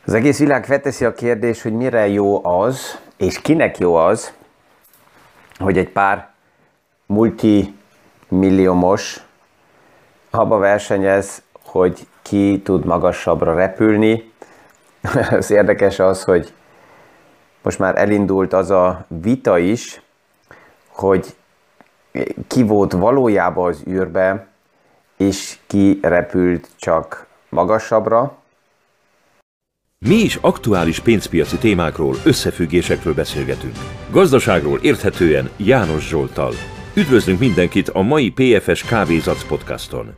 Az egész világ felteszi a kérdést, hogy mire jó az, és kinek jó az, hogy egy pár multimilliómos abba versenyez, hogy ki tud magasabbra repülni. Az érdekes az, hogy most már elindult az a vita is, hogy ki volt valójában az űrbe, és ki repült csak magasabbra. Mi is aktuális pénzpiaci témákról, összefüggésekről beszélgetünk. Gazdaságról érthetően János Zsolttal. Üdvözlünk mindenkit a mai PFS Kávézac podcaston.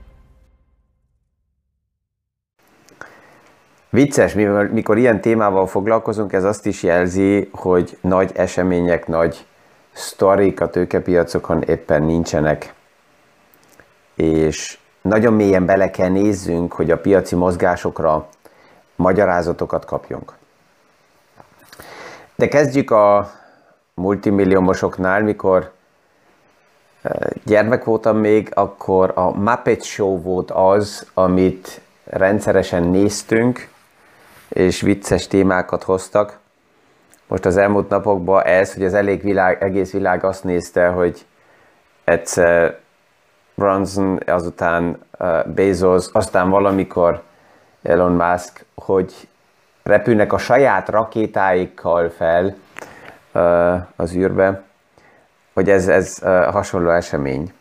Vicces, mikor ilyen témával foglalkozunk, ez azt is jelzi, hogy nagy események, nagy sztorik a tőkepiacokon éppen nincsenek. És nagyon mélyen bele kell nézzünk, hogy a piaci mozgásokra magyarázatokat kapjunk. De kezdjük a multimilliómosoknál, mikor gyermek voltam még, akkor a Muppet Show volt az, amit rendszeresen néztünk, és vicces témákat hoztak. Most az elmúlt napokban ez, hogy az egész világ azt nézte, hogy egyszer Branson, azután Bezos, aztán valamikor Elon Musk, hogy repülnek a saját rakétáikkal fel az űrbe, hogy ez hasonló esemény.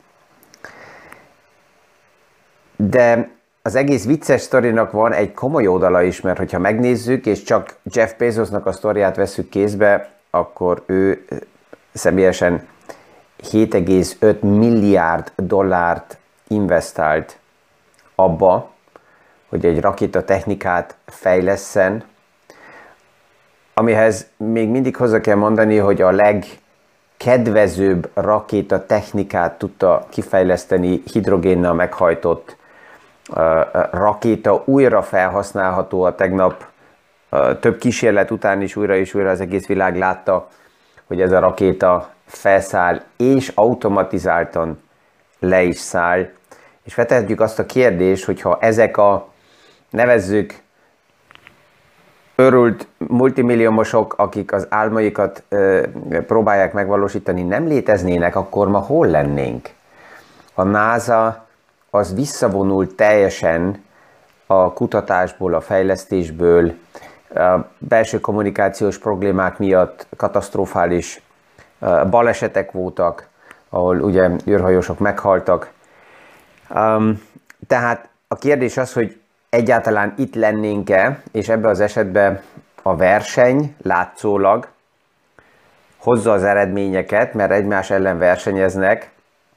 De az egész vicces sztorinak van egy komoly oldala is, mert hogyha megnézzük, és csak Jeff Bezosnak a sztoriát vesszük kézbe, akkor ő személyesen 7,5 milliárd dollárt investált abba, hogy egy rakétatechnikát fejlesszen, amihez még mindig hozzá kell mondani, hogy a legkedvezőbb rakétatechnikát tudta kifejleszteni hidrogénnel meghajtott rakéta, újra felhasználható. A tegnap több kísérlet után is újra és újra az egész világ látta, hogy ez a rakéta felszáll és automatizáltan le is száll. És feltehetjük azt a kérdést, hogyha ezek a nevezzük örült multimilliómosok, akik az álmaikat próbálják megvalósítani, nem léteznének, akkor ma hol lennénk? A NASA az visszavonult teljesen a kutatásból, a fejlesztésből, a belső kommunikációs problémák miatt katasztrofális balesetek voltak, ahol ugye űrhajósok meghaltak. Tehát a kérdés az, hogy egyáltalán itt lennénk-e, és ebben az esetben a verseny látszólag hozza az eredményeket, mert egymás ellen versenyeznek,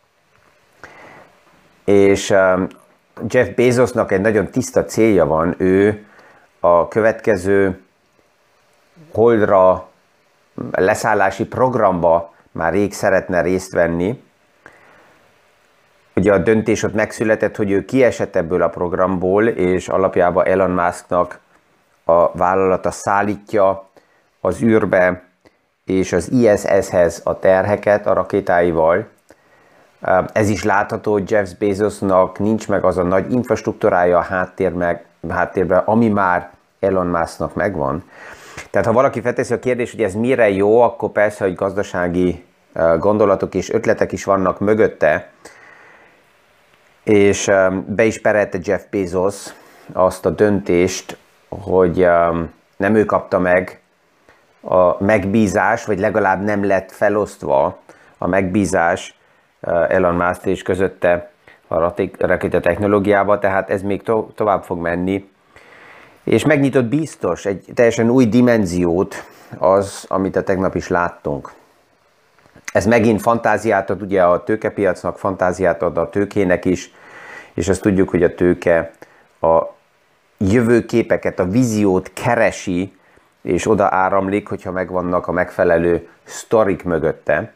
és Jeff Bezosnak egy nagyon tiszta célja van, ő a következő Holdra leszállási programba már rég szeretne részt venni. Ugye a döntés ott megszületett, hogy ő kiesett ebből a programból, és alapjában Elon Musknak a vállalata szállítja az űrbe és az ISS-hez a terheket a rakétáival. Ez is látható, hogy Jeff Bezosnak nincs meg az a nagy infrastruktúrája a háttérben, ami már Elon Musknak megvan. Tehát ha valaki felteszi a kérdést, hogy ez mire jó, akkor persze, hogy gazdasági gondolatok és ötletek is vannak mögötte, és be is perelte Jeff Bezos azt a döntést, hogy nem ő kapta meg a megbízás, vagy legalább nem lett felosztva a megbízás Elon Musk és közötte a rakéta technológiába, tehát ez még tovább fog menni. És megnyitott biztos egy teljesen új dimenziót az, amit a tegnap is láttunk. Ez megint fantáziát ad ugye a tőkepiacnak, fantáziát ad a tőkének is, és azt tudjuk, hogy a tőke a jövőképeket, a víziót keresi, és oda áramlik, hogyha megvannak a megfelelő sztorik mögötte.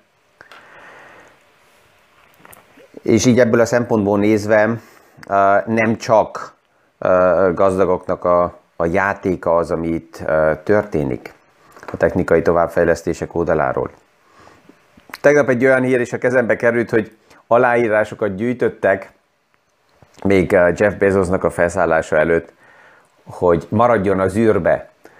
És így ebből a szempontból nézve nem csak gazdagoknak a játéka az, ami itt történik a technikai továbbfejlesztések oldaláról. Tegnap egy olyan hír is a kezembe került, hogy aláírásokat gyűjtöttek még Jeff Bezosnak a felszállása előtt, hogy maradjon az űrbe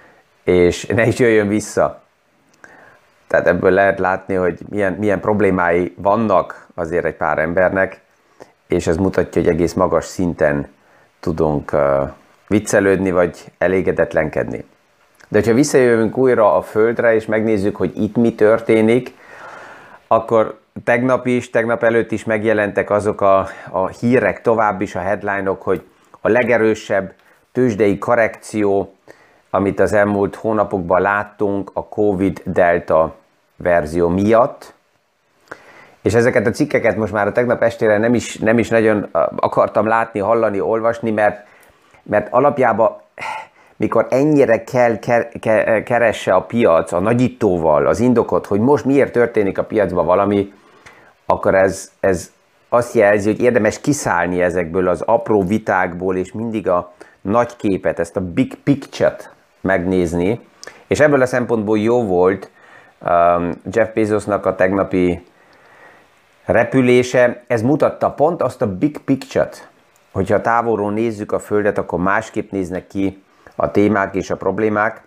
és ne is jöjjön vissza. Tehát ebből lehet látni, hogy milyen problémái vannak azért egy pár embernek, és ez mutatja, hogy egész magas szinten tudunk viccelődni, vagy elégedetlenkedni. De ha visszajövünk újra a Földre, és megnézzük, hogy itt mi történik, akkor tegnap előtt is megjelentek azok a hírek, tovább is a headline-ok, hogy a legerősebb tőzsdei korrekció, amit az elmúlt hónapokban láttunk a Covid Delta verzió miatt. És ezeket a cikkeket most már a tegnap estére nem is nagyon akartam látni, hallani, olvasni, mert alapjában mikor ennyire kell keresse a piac a nagyítóval az indokot, hogy most miért történik a piacban valami, akkor ez azt jelzi, hogy érdemes kiszállni ezekből az apró vitákból, és mindig a nagy képet, ezt a big picture-t megnézni. És ebből a szempontból jó volt Jeff Bezosnak a tegnapi repülése. Ez mutatta pont azt a big picture-t, hogyha távolról nézzük a Földet, akkor másképp néznek ki a témák és a problémák.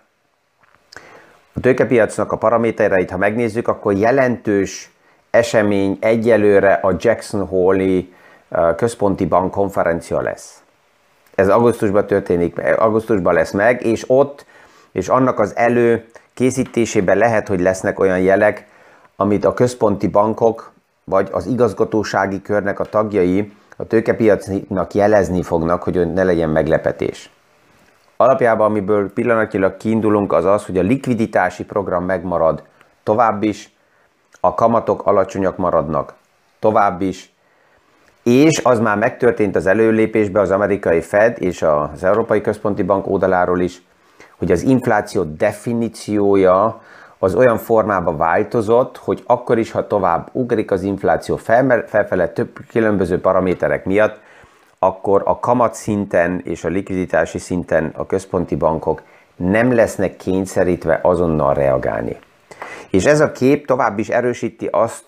A tőkepiacnak a paramétereit, ha megnézzük, akkor jelentős esemény egyelőre a Jackson Hole-i központi bank konferencia lesz. Ez augusztusban történik, augusztusban lesz meg, és ott, és annak az előkészítésében lehet, hogy lesznek olyan jelek, amit a központi bankok, vagy az igazgatósági körnek a tagjai a tőkepiacnak jelezni fognak, hogy ne legyen meglepetés. Alapjában, amiből pillanatnyilag kiindulunk, az az, hogy a likviditási program megmarad tovább is, a kamatok alacsonyak maradnak tovább is, és az már megtörtént az előlépésben az amerikai Fed és az Európai Központi Bank oldaláról is, hogy az infláció definíciója az olyan formában változott, hogy akkor is, ha tovább ugrik az infláció felfele több különböző paraméterek miatt, akkor a kamat szinten és a likviditási szinten a központi bankok nem lesznek kényszerítve azonnal reagálni. És ez a kép tovább is erősíti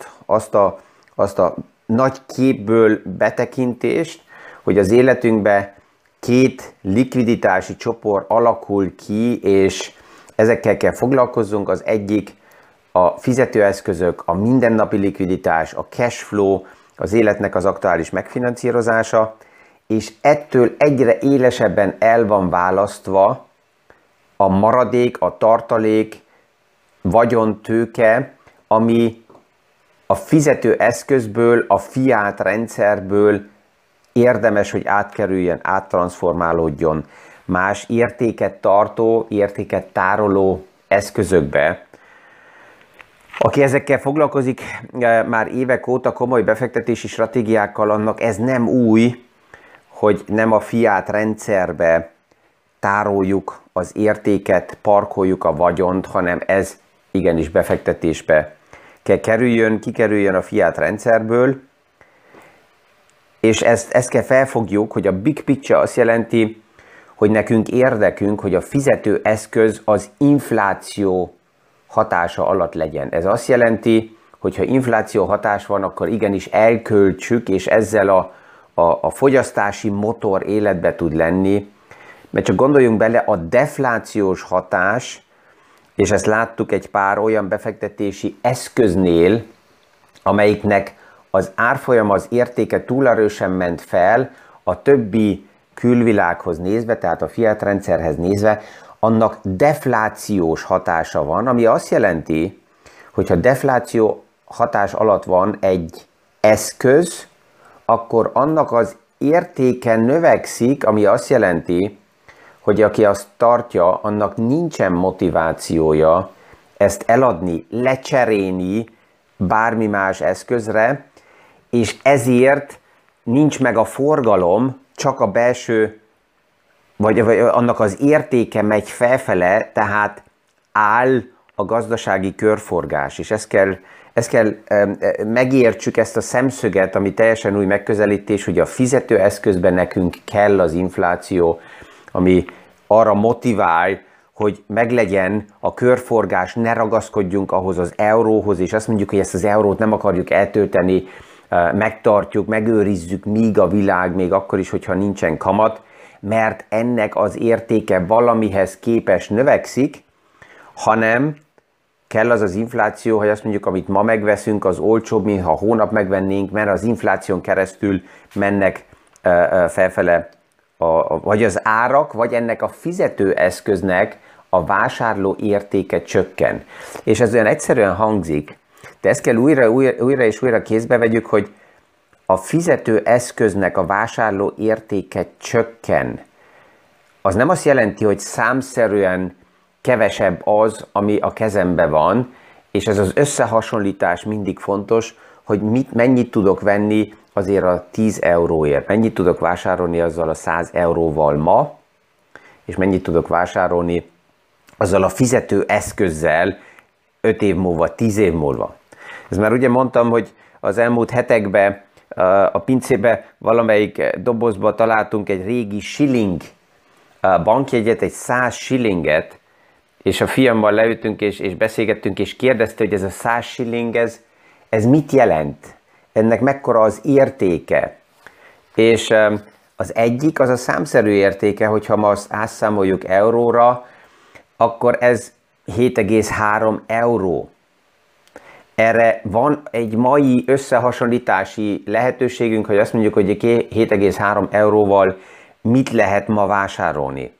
azt a nagy képből betekintést, hogy az életünkben két likviditási csoport alakul ki, és ezekkel kell foglalkozzunk. Az egyik a fizetőeszközök, a mindennapi likviditás, a cash flow, az életnek az aktuális megfinanszírozása, és ettől egyre élesebben el van választva a maradék, a tartalék, vagyontőke, ami a fizetőeszközből, a fiát rendszerből érdemes, hogy átkerüljön, áttranszformálódjon más értéket tartó, értéket tároló eszközökbe. Aki ezekkel foglalkozik már évek óta komoly befektetési stratégiákkal, annak ez nem új, hogy nem a fiát rendszerbe tároljuk az értéket, parkoljuk a vagyont, hanem ez igenis befektetésbe kell kikerüljön a fiát rendszerből, és ezt kell felfogjuk, hogy a big picture azt jelenti, hogy nekünk érdekünk, hogy a fizetőeszköz az infláció hatása alatt legyen. Ez azt jelenti, hogy ha infláció hatás van, akkor igenis elköltsük, és ezzel a fogyasztási motor életbe tud lenni, mert csak gondoljunk bele, a deflációs hatás, és ezt láttuk egy pár olyan befektetési eszköznél, amelyiknek az árfolyam, az értéke túl erősen ment fel, a többi külvilághoz nézve, tehát a fiat rendszerhez nézve, annak deflációs hatása van, ami azt jelenti, hogyha defláció hatás alatt van egy eszköz, akkor annak az értéke növekszik, ami azt jelenti, hogy aki azt tartja, annak nincsen motivációja ezt eladni, lecserélni bármi más eszközre, és ezért nincs meg a forgalom, csak a belső, vagy annak az értéke megy felfele, tehát áll a gazdasági körforgás, és ezt kell megértsük, ezt a szemszöget, ami teljesen új megközelítés, hogy a fizetőeszközben nekünk kell az infláció, ami arra motivál, hogy meglegyen a körforgás, ne ragaszkodjunk ahhoz az euróhoz, és azt mondjuk, hogy ezt az eurót nem akarjuk eltölteni, megtartjuk, megőrizzük míg a világ, még akkor is, hogyha nincsen kamat, mert ennek az értéke valamihez képest növekszik, hanem kell az az infláció, hogy azt mondjuk, amit ma megveszünk, az olcsóbb, mint ha hónap megvennénk, mert az infláción keresztül mennek felfele vagy az árak, vagy ennek a fizetőeszköznek a vásárló értéke csökken. És ez olyan egyszerűen hangzik, de ezt kell újra és újra kézbe vegyük, hogy a fizetőeszköznek a vásárló értéke csökken. Az nem azt jelenti, hogy számszerűen kevesebb az, ami a kezembe van, és ez az összehasonlítás mindig fontos, hogy mennyit tudok venni azért a 10 euróért, mennyit tudok vásárolni azzal a 100 euróval ma, és mennyit tudok vásárolni azzal a fizető eszközzel 5 év múlva, 10 év múlva. Ez már ugye mondtam, hogy az elmúlt hetekben a pincébe valamelyik dobozba találtunk egy régi shilling bankjegyet, egy 100 shillinget, és a fiammal leültünk és beszélgettünk, és kérdezte, hogy ez a 100 shilling, ez mit jelent? Ennek mekkora az értéke? És az egyik, az a számszerű értéke, hogyha ma azt átszámoljuk euróra, akkor ez 7,3 euró. Erre van egy mai összehasonlítási lehetőségünk, hogy azt mondjuk, hogy 7,3 euróval mit lehet ma vásárolni.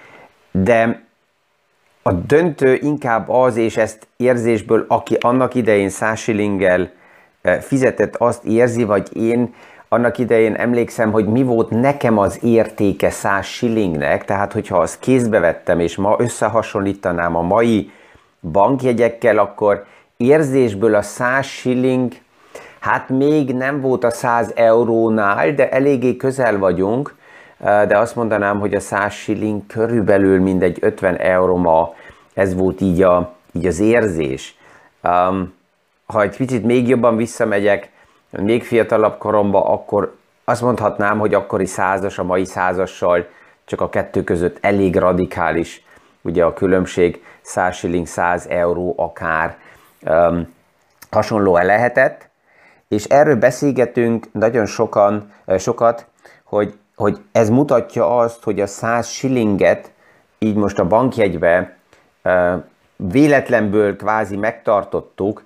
De a döntő inkább az, és ezt érzésből, aki annak idején 100 shillinggel fizetett, azt érzi, vagy én annak idején emlékszem, hogy mi volt nekem az értéke 100 shillingnek, tehát hogyha azt kézbe vettem, és ma összehasonlítanám a mai bankjegyekkel, akkor érzésből a 100 shilling, hát még nem volt a 100 eurónál, de eléggé közel vagyunk, de azt mondanám, hogy a 100 shilling körülbelül mindegy 50 euró ma, ez volt így az érzés. Ha egy picit még jobban visszamegyek, még fiatalabb koromban, akkor azt mondhatnám, hogy akkori százas a mai százassal csak a kettő között elég radikális ugye a különbség, 100 shilling, 100 euró akár hasonló lehetett, és erről beszélgetünk nagyon sokat, hogy ez mutatja azt, hogy a 100 shillinget így most a bankjegybe véletlenből kvázi megtartottuk,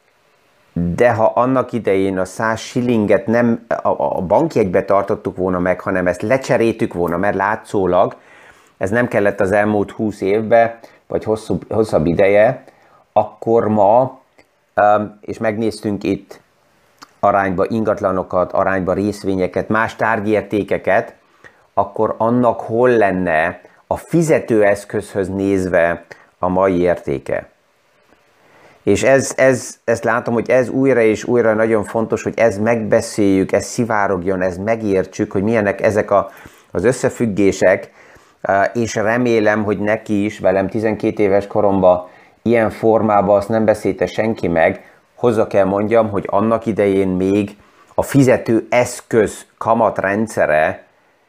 de ha annak idején a 100 shillinget nem a bankjegybe tartottuk volna meg, hanem ezt lecseréltük volna, mert látszólag ez nem kellett az elmúlt 20 évbe, vagy hosszabb ideje, akkor ma, és megnéztünk itt arányba ingatlanokat, arányba részvényeket, más tárgyértékeket, akkor annak hol lenne a fizetőeszközhöz nézve a mai értéke. És ezt látom, hogy ez újra és újra nagyon fontos, hogy ezt megbeszéljük, ez szivárogjon, ezt megértsük, hogy milyenek ezek az összefüggések, és remélem, hogy neki is, velem 12 éves koromban ilyen formában azt nem beszélte senki meg. Hozzá kell mondjam, hogy annak idején még a fizető eszköz kamatrendszere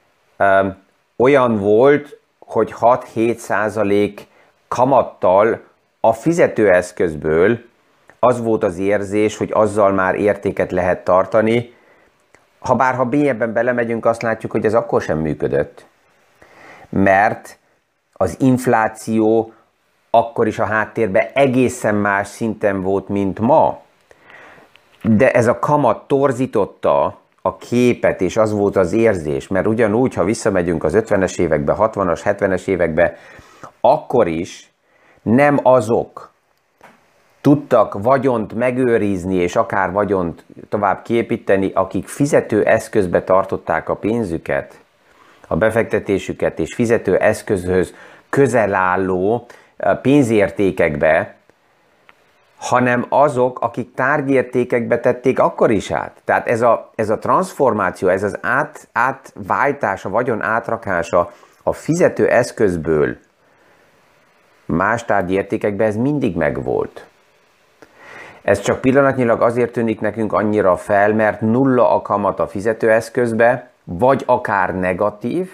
olyan volt, hogy 6-7% kamattal a fizetőeszközből az volt az érzés, hogy azzal már értéket lehet tartani. Ha mélyebben belemegyünk, azt látjuk, hogy ez akkor sem működött. Mert az infláció akkor is a háttérben egészen más szinten volt, mint ma. De ez a kamat torzította a képet, és az volt az érzés, mert ugyanúgy, ha visszamegyünk az 50-es évekbe, 60-as, 70-es évekbe, akkor is nem azok tudtak vagyont megőrizni, és akár vagyont tovább kiépíteni, akik fizető eszközbe tartották a pénzüket, a befektetésüket, és fizető eszközhöz közel álló pénzértékekbe, hanem azok, akik tárgyértékekbe tették akkor is át. Tehát ez a transformáció, ez az átváltás, a vagyon átrakása a fizető eszközből más tárgyértékekbe, ez mindig megvolt. Ez csak pillanatnyilag azért tűnik nekünk annyira fel, mert nulla a kamat a fizetőeszközbe, vagy akár negatív,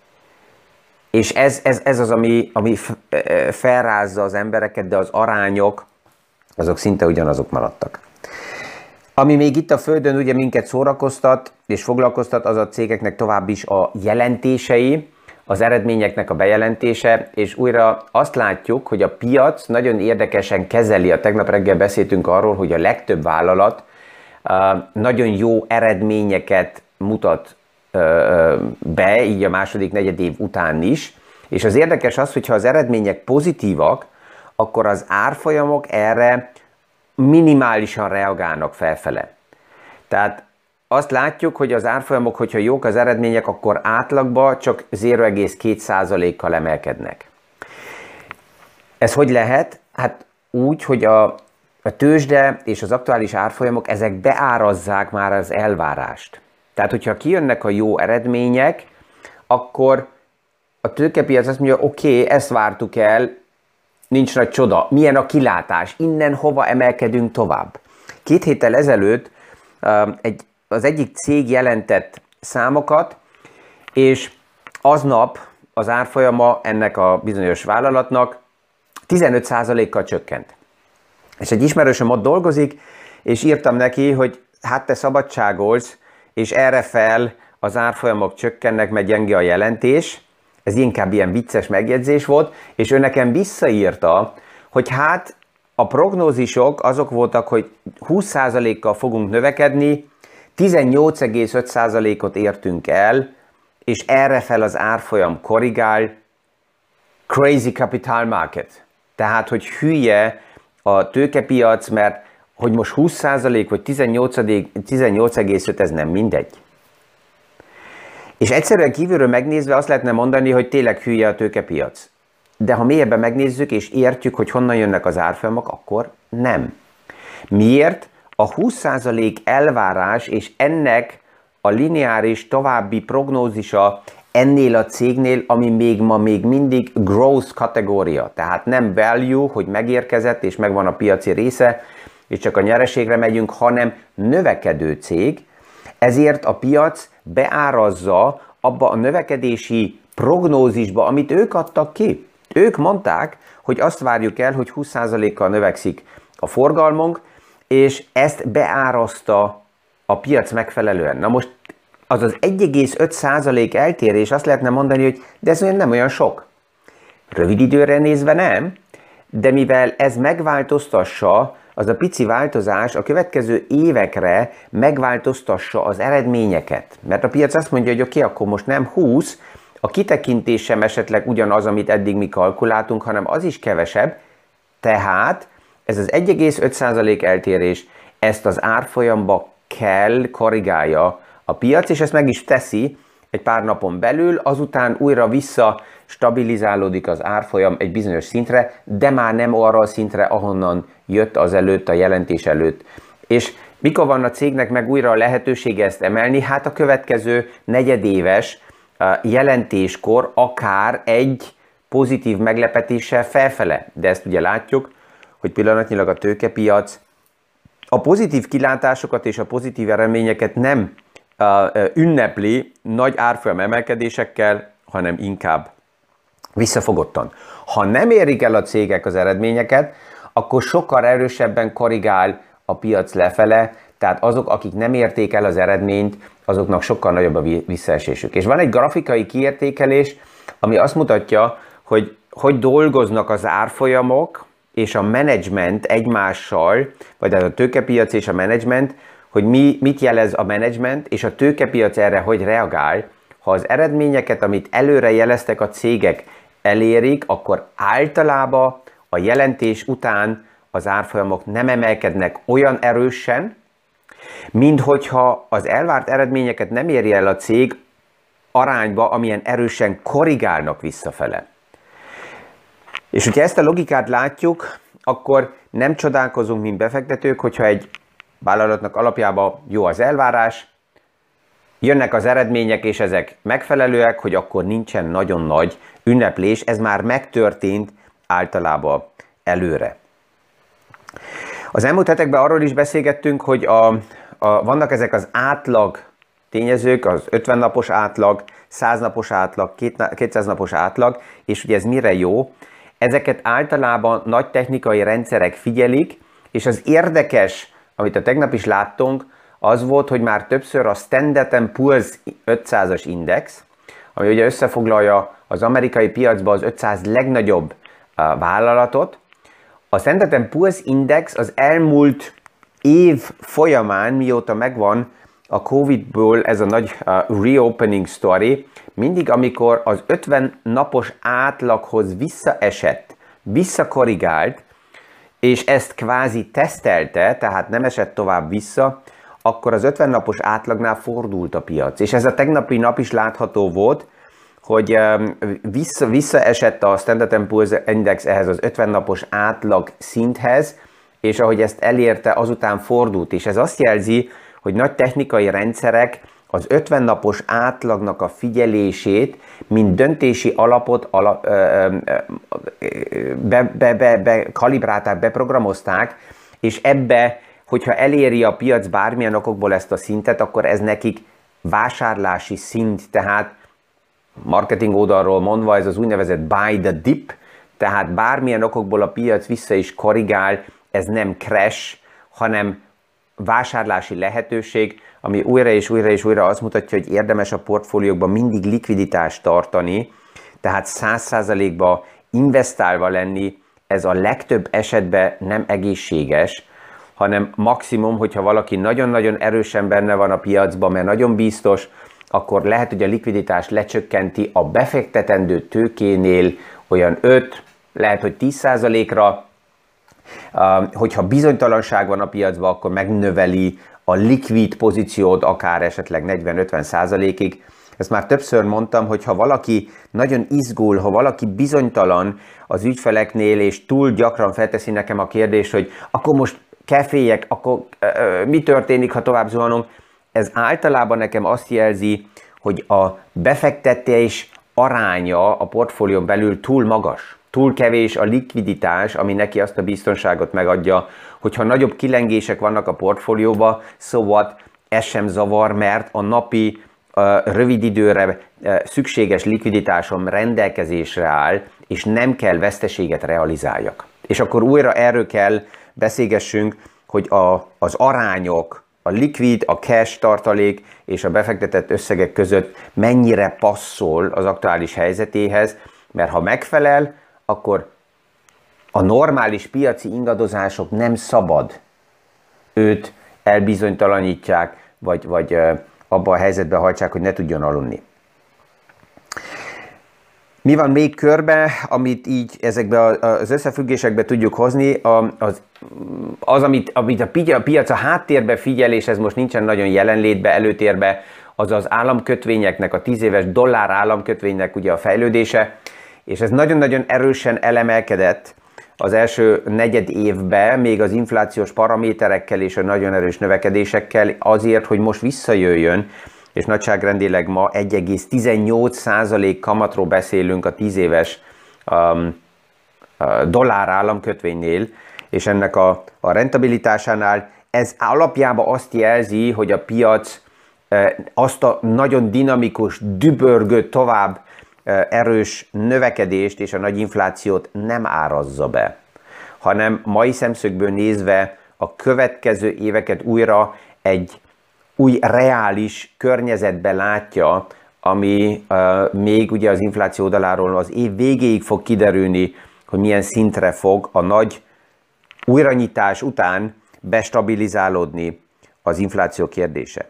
és ez az, ami felrázza az embereket, de az arányok, azok szinte ugyanazok maradtak. Ami még itt a Földön ugye minket szórakoztat és foglalkoztat, az a cégeknek tovább is a jelentései, az eredményeknek a bejelentése, és újra azt látjuk, hogy a piac nagyon érdekesen kezeli, a tegnap reggel beszéltünk arról, hogy a legtöbb vállalat nagyon jó eredményeket mutat be, így a második negyedév után is, és az érdekes az, hogyha az eredmények pozitívak, akkor az árfolyamok erre minimálisan reagálnak felfele. Tehát azt látjuk, hogy az árfolyamok, hogyha jók az eredmények, akkor átlagban csak 0,2%-kal emelkednek. Ez hogy lehet? Hát úgy, hogy a tőzsde és az aktuális árfolyamok ezek beárazzák már az elvárást. Tehát, hogyha kijönnek a jó eredmények, akkor a tőkepiac azt mondja, oké, ezt vártuk el, nincs nagy csoda. Milyen a kilátás? Innen hova emelkedünk tovább? 2 héttel ezelőtt az egyik cég jelentett számokat, és aznap az árfolyama ennek a bizonyos vállalatnak 15%-kal csökkent. És egy ismerősöm ott dolgozik, és írtam neki, hogy hát te szabadságolsz, és erre fel az árfolyamok csökkennek, mert gyenge a jelentés. Ez inkább ilyen vicces megjegyzés volt, és ő nekem visszaírta, hogy hát a prognózisok azok voltak, hogy 20%-kal fogunk növekedni, 18,5%-ot értünk el, és erre fel az árfolyam korrigál, crazy capital market. Tehát, hogy hülye a tőkepiac, mert hogy most 20% vagy 18,5, ez nem mindegy. És egyszerűen kívülről megnézve azt lehetne mondani, hogy tényleg hülye a tőkepiac. De ha mélyebben megnézzük és értjük, hogy honnan jönnek az árfolyamok, akkor nem. Miért? A 20% elvárás és ennek a lineáris további prognózisa ennél a cégnél, ami ma még mindig growth kategória. Tehát nem value, hogy megérkezett és megvan a piaci része, és csak a nyereségre megyünk, hanem növekedő cég. Ezért a piac beárazza abba a növekedési prognózisba, amit ők adtak ki. Ők mondták, hogy azt várjuk el, hogy 20%-kal növekszik a forgalmunk, és ezt beárazta a piac megfelelően. Na most az az 1,5% eltérés, azt lehetne mondani, hogy de ez nem olyan sok. Rövid időre nézve nem, de mivel ez megváltoztassa, az a pici változás a következő évekre megváltoztassa az eredményeket. Mert a piac azt mondja, hogy oké, akkor most nem 20, a kitekintés sem esetleg ugyanaz, amit eddig mi kalkuláltunk, hanem az is kevesebb, tehát ez az 1,5% eltérés, ezt az árfolyamba kell korrigálja a piac, és ezt meg is teszi egy pár napon belül, azután újra vissza stabilizálódik az árfolyam egy bizonyos szintre, de már nem arra a szintre, ahonnan jött az előtt, a jelentés előtt. És mikor van a cégnek meg újra a lehetősége ezt emelni? Hát a következő negyedéves jelentéskor akár egy pozitív meglepetéssel felfele. De ezt ugye látjuk, hogy pillanatnyilag a tőkepiac a pozitív kilátásokat és a pozitív eredményeket nem ünnepli nagy árfolyam emelkedésekkel, hanem inkább visszafogottan. Ha nem érik el a cégek az eredményeket, akkor sokkal erősebben korrigál a piac lefele, tehát azok, akik nem érték el az eredményt, azoknak sokkal nagyobb a visszaesésük. És van egy grafikai kiértékelés, ami azt mutatja, hogy dolgoznak az árfolyamok és a menedzsment egymással, vagy a tőkepiac és a menedzsment, hogy mit jelez a menedzsment, és a tőkepiac erre hogy reagál. Ha az eredményeket, amit előre jeleztek a cégek, elérik, akkor általában a jelentés után az árfolyamok nem emelkednek olyan erősen, mint hogyha az elvárt eredményeket nem éri el a cég arányba, amilyen erősen korrigálnak visszafele. És hogyha ezt a logikát látjuk, akkor nem csodálkozunk, mint befektetők, hogyha egy vállalatnak alapjában jó az elvárás, jönnek az eredmények, és ezek megfelelőek, hogy akkor nincsen nagyon nagy ünneplés, ez már megtörtént általában előre. Az elmúlt hetekben arról is beszélgettünk, hogy vannak ezek az átlag tényezők, az 50 napos átlag, 100 napos átlag, 200 napos átlag, és ugye ez mire jó? Ezeket általában nagy technikai rendszerek figyelik, és az érdekes, amit a tegnap is láttunk, az volt, hogy már többször a Standard & Poor's 500-as index, ami ugye összefoglalja az amerikai piacban az 500 legnagyobb vállalatot. A Standard & Poor's Index az elmúlt év folyamán, mióta megvan a Covid-ból ez a nagy reopening story, mindig amikor az 50 napos átlaghoz visszaesett, visszakorrigált, és ezt kvázi tesztelte, tehát nem esett tovább vissza, akkor az 50 napos átlagnál fordult a piac. És ez a tegnapi nap is látható volt, hogy visszaesett a Standard & Poor's Index ehhez az 50 napos átlag szinthez, és ahogy ezt elérte, azután fordult. És ez azt jelzi, hogy nagy technikai rendszerek az 50 napos átlagnak a figyelését, mint döntési alapot kalibrálták, beprogramozták, és ebbe, hogyha eléri a piac bármilyen okokból ezt a szintet, akkor ez nekik vásárlási szint, tehát marketing oldalról mondva ez az úgynevezett buy the dip, tehát bármilyen okokból a piac vissza is korrigál, ez nem crash, hanem vásárlási lehetőség, ami újra és újra és újra azt mutatja, hogy érdemes a portfóliókban mindig likviditást tartani, tehát 100%-ba investálva lenni, ez a legtöbb esetben nem egészséges, hanem maximum, hogyha valaki nagyon-nagyon erősen benne van a piacban, mert nagyon biztos, akkor lehet, hogy a likviditást lecsökkenti a befektetendő tőkénél olyan 5, lehet, hogy 10%-ra, hogyha bizonytalanság van a piacban, akkor megnöveli a likvid pozíciót akár esetleg 40-50%-ig. Ezt már többször mondtam, hogy ha valaki nagyon izgul, ha valaki bizonytalan az ügyfeleknél, és túl gyakran felteszi nekem a kérdést, hogy akkor most kell féljek, akkor mi történik, ha tovább zuhanunk, ez általában nekem azt jelzi, hogy a befektetés aránya a portfólión belül túl magas. Túl kevés a likviditás, ami neki azt a biztonságot megadja, hogyha nagyobb kilengések vannak a portfólióba, szóval ez sem zavar, mert a napi rövid időre szükséges likviditásom rendelkezésre áll, és nem kell veszteséget realizáljak. És akkor újra erről kell beszélgessünk, hogy az arányok, a likvid, a cash tartalék és a befektetett összegek között mennyire passzol az aktuális helyzetéhez, mert ha megfelel, akkor a normális piaci ingadozások nem szabad őt elbizonytalanítják, vagy abba a helyzetbe hajtsák, hogy ne tudjon aludni. Mi van még körbe, amit így ezekbe az összefüggésekbe tudjuk hozni, amit a piac a háttérbe figyel, és ez most nincsen nagyon jelenlétbe, előtérbe, az az államkötvényeknek, a 10 éves dollár államkötvénynek ugye a fejlődése, és ez nagyon-nagyon erősen elemelkedett az első negyed évben, még az inflációs paraméterekkel és a nagyon erős növekedésekkel azért, hogy most visszajöjjön, és nagyságrendileg ma 1,18% kamatról beszélünk a 10 éves dollár államkötvénynél, és ennek a rentabilitásánál ez alapjában azt jelzi, hogy a piac azt a nagyon dinamikus, dübörgő, tovább erős növekedést és a nagy inflációt nem árazza be, hanem mai szemszögből nézve a következő éveket újra egy új reális környezetben látja, ami még ugye az infláció oldaláról az év végéig fog kiderülni, hogy milyen szintre fog a nagy újranyitás után bestabilizálódni az infláció kérdése.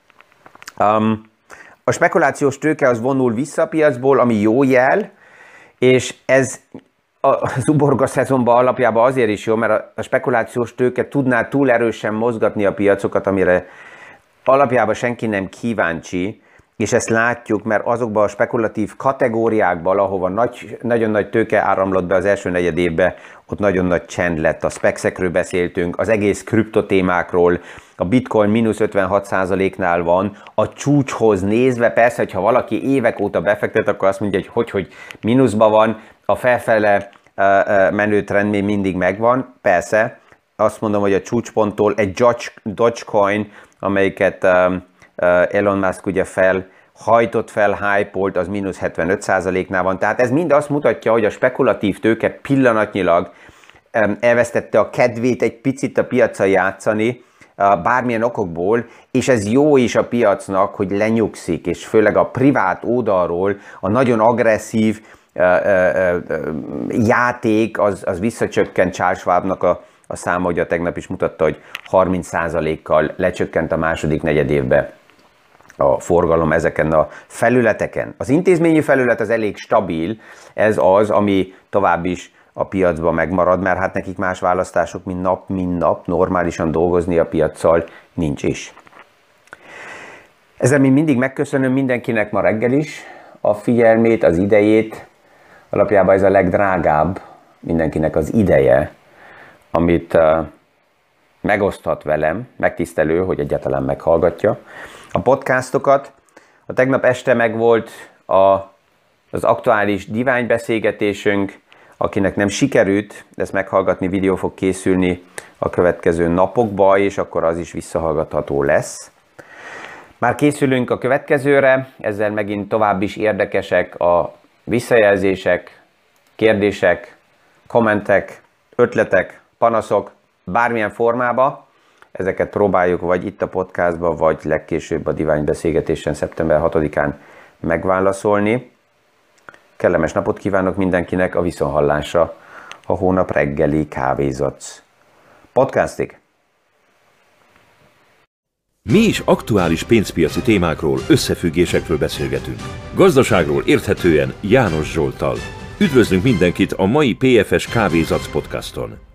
A spekulációs tőke az vonul vissza a piacból, ami jó jel, és ez az uborga szezonban alapjában azért is jó, mert a spekulációs tőke tudná túl erősen mozgatni a piacokat, amire alapjában senki nem kíváncsi, és ezt látjuk, mert azokban a spekulatív kategóriákban, ahova nagyon nagy tőke áramlott be az első negyed évben, ott nagyon nagy csend lett. A spexekről beszéltünk, az egész kriptotémákról, a bitcoin mínusz 56%-nál van, a csúcshoz nézve, persze, hogyha valaki évek óta befektet, akkor azt mondja, hogy mínuszban van, a felfele menő trend még mindig megvan, persze, azt mondom, hogy a csúcsponttól egy Dogecoin, amelyiket Elon Musk ugye hajtott fel, hype-olt, az mínusz 75%-nál van. Tehát ez mind azt mutatja, hogy a spekulatív tőke pillanatnyilag elvesztette a kedvét egy picit a piacon játszani, bármilyen okokból, és ez jó is a piacnak, hogy lenyugszik, és főleg a privát oldalról a nagyon agresszív játék az visszacsökkent. Charles Schwabnak a száma, ugye tegnap is mutatta, hogy 30%-kal lecsökkent a második negyedévben a forgalom ezeken a felületeken. Az intézményi felület az elég stabil, ez az, ami tovább is a piacban megmarad, mert hát nekik más választások, mint nap, normálisan dolgozni a piaccal nincs is. Ezzel még mindig megköszönöm mindenkinek ma reggel is a figyelmét, az idejét. Alapjában ez a legdrágább mindenkinek az ideje, amit megoszthat velem, megtisztelő, hogy egyáltalán meghallgatja a podcastokat. A tegnap este megvolt az aktuális diványbeszélgetésünk. Akinek nem sikerült ezt meghallgatni, videó fog készülni a következő napokban, és akkor az is visszahallgatható lesz. Már készülünk a következőre, ezzel megint tovább is érdekesek a visszajelzések, kérdések, kommentek, ötletek, panaszok, bármilyen formában. Ezeket próbáljuk vagy itt a podcastban, vagy legkésőbb a diványbeszélgetésen szeptember 6-án megválaszolni. Kellemes napot kívánok mindenkinek, a viszonthallásra a hónap reggeli kávézac podcastig. Mi is aktuális pénzpiaci témákról, összefüggésekről beszélgetünk. Gazdaságról érthetően János Zsolttal. Üdvözlünk mindenkit a mai PFS Kávézac podcaston.